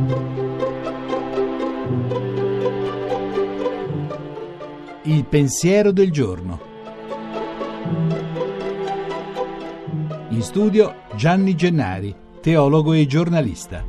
Il pensiero del giorno. In studio Gianni Gennari, teologo e giornalista.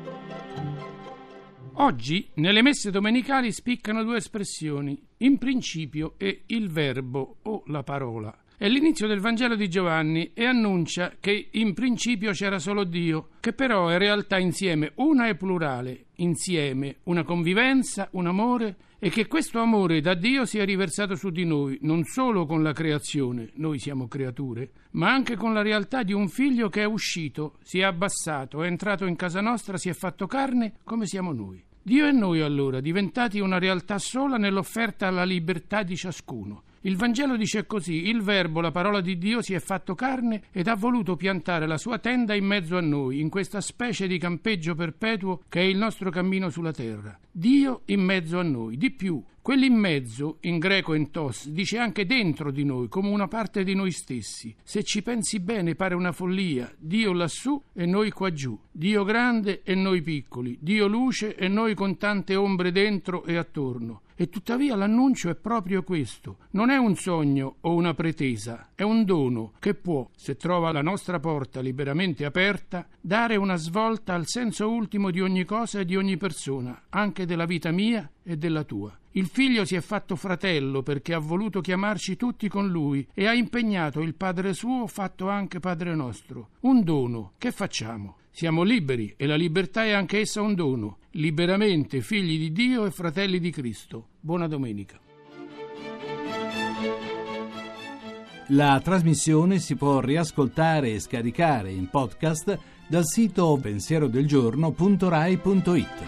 Oggi nelle messe domenicali spiccano due espressioni, in principio e il verbo o la parola. È l'inizio del Vangelo di Giovanni e annuncia che in principio c'era solo Dio, che però è realtà insieme, una e plurale, insieme, una convivenza, un amore, e che questo amore da Dio sia riversato su di noi, non solo con la creazione, noi siamo creature, ma anche con la realtà di un figlio che è uscito, si è abbassato, è entrato in casa nostra, si è fatto carne come siamo noi. Dio e noi allora, diventati una realtà sola nell'offerta alla libertà di ciascuno. Il Vangelo dice così: il Verbo, la parola di Dio, si è fatto carne ed ha voluto piantare la sua tenda in mezzo a noi, in questa specie di campeggio perpetuo che è il nostro cammino sulla terra. Dio in mezzo a noi, di più. Quell'in mezzo, in greco entos, dice anche dentro di noi, come una parte di noi stessi. Se ci pensi bene pare una follia, Dio lassù e noi qua giù, Dio grande e noi piccoli, Dio luce e noi con tante ombre dentro e attorno. E tuttavia l'annuncio è proprio questo. Non è un sogno o una pretesa, è un dono che può, se trova la nostra porta liberamente aperta, dare una svolta al senso ultimo di ogni cosa e di ogni persona, anche della vita mia e della tua. Il Figlio si è fatto fratello perché ha voluto chiamarci tutti con Lui e ha impegnato il Padre suo fatto anche Padre nostro. Un dono. Che facciamo? Siamo liberi e la libertà è anche essa un dono. Liberamente figli di Dio e fratelli di Cristo. Buona domenica. La trasmissione si può riascoltare e scaricare in podcast dal sito pensierodelgiorno.rai.it.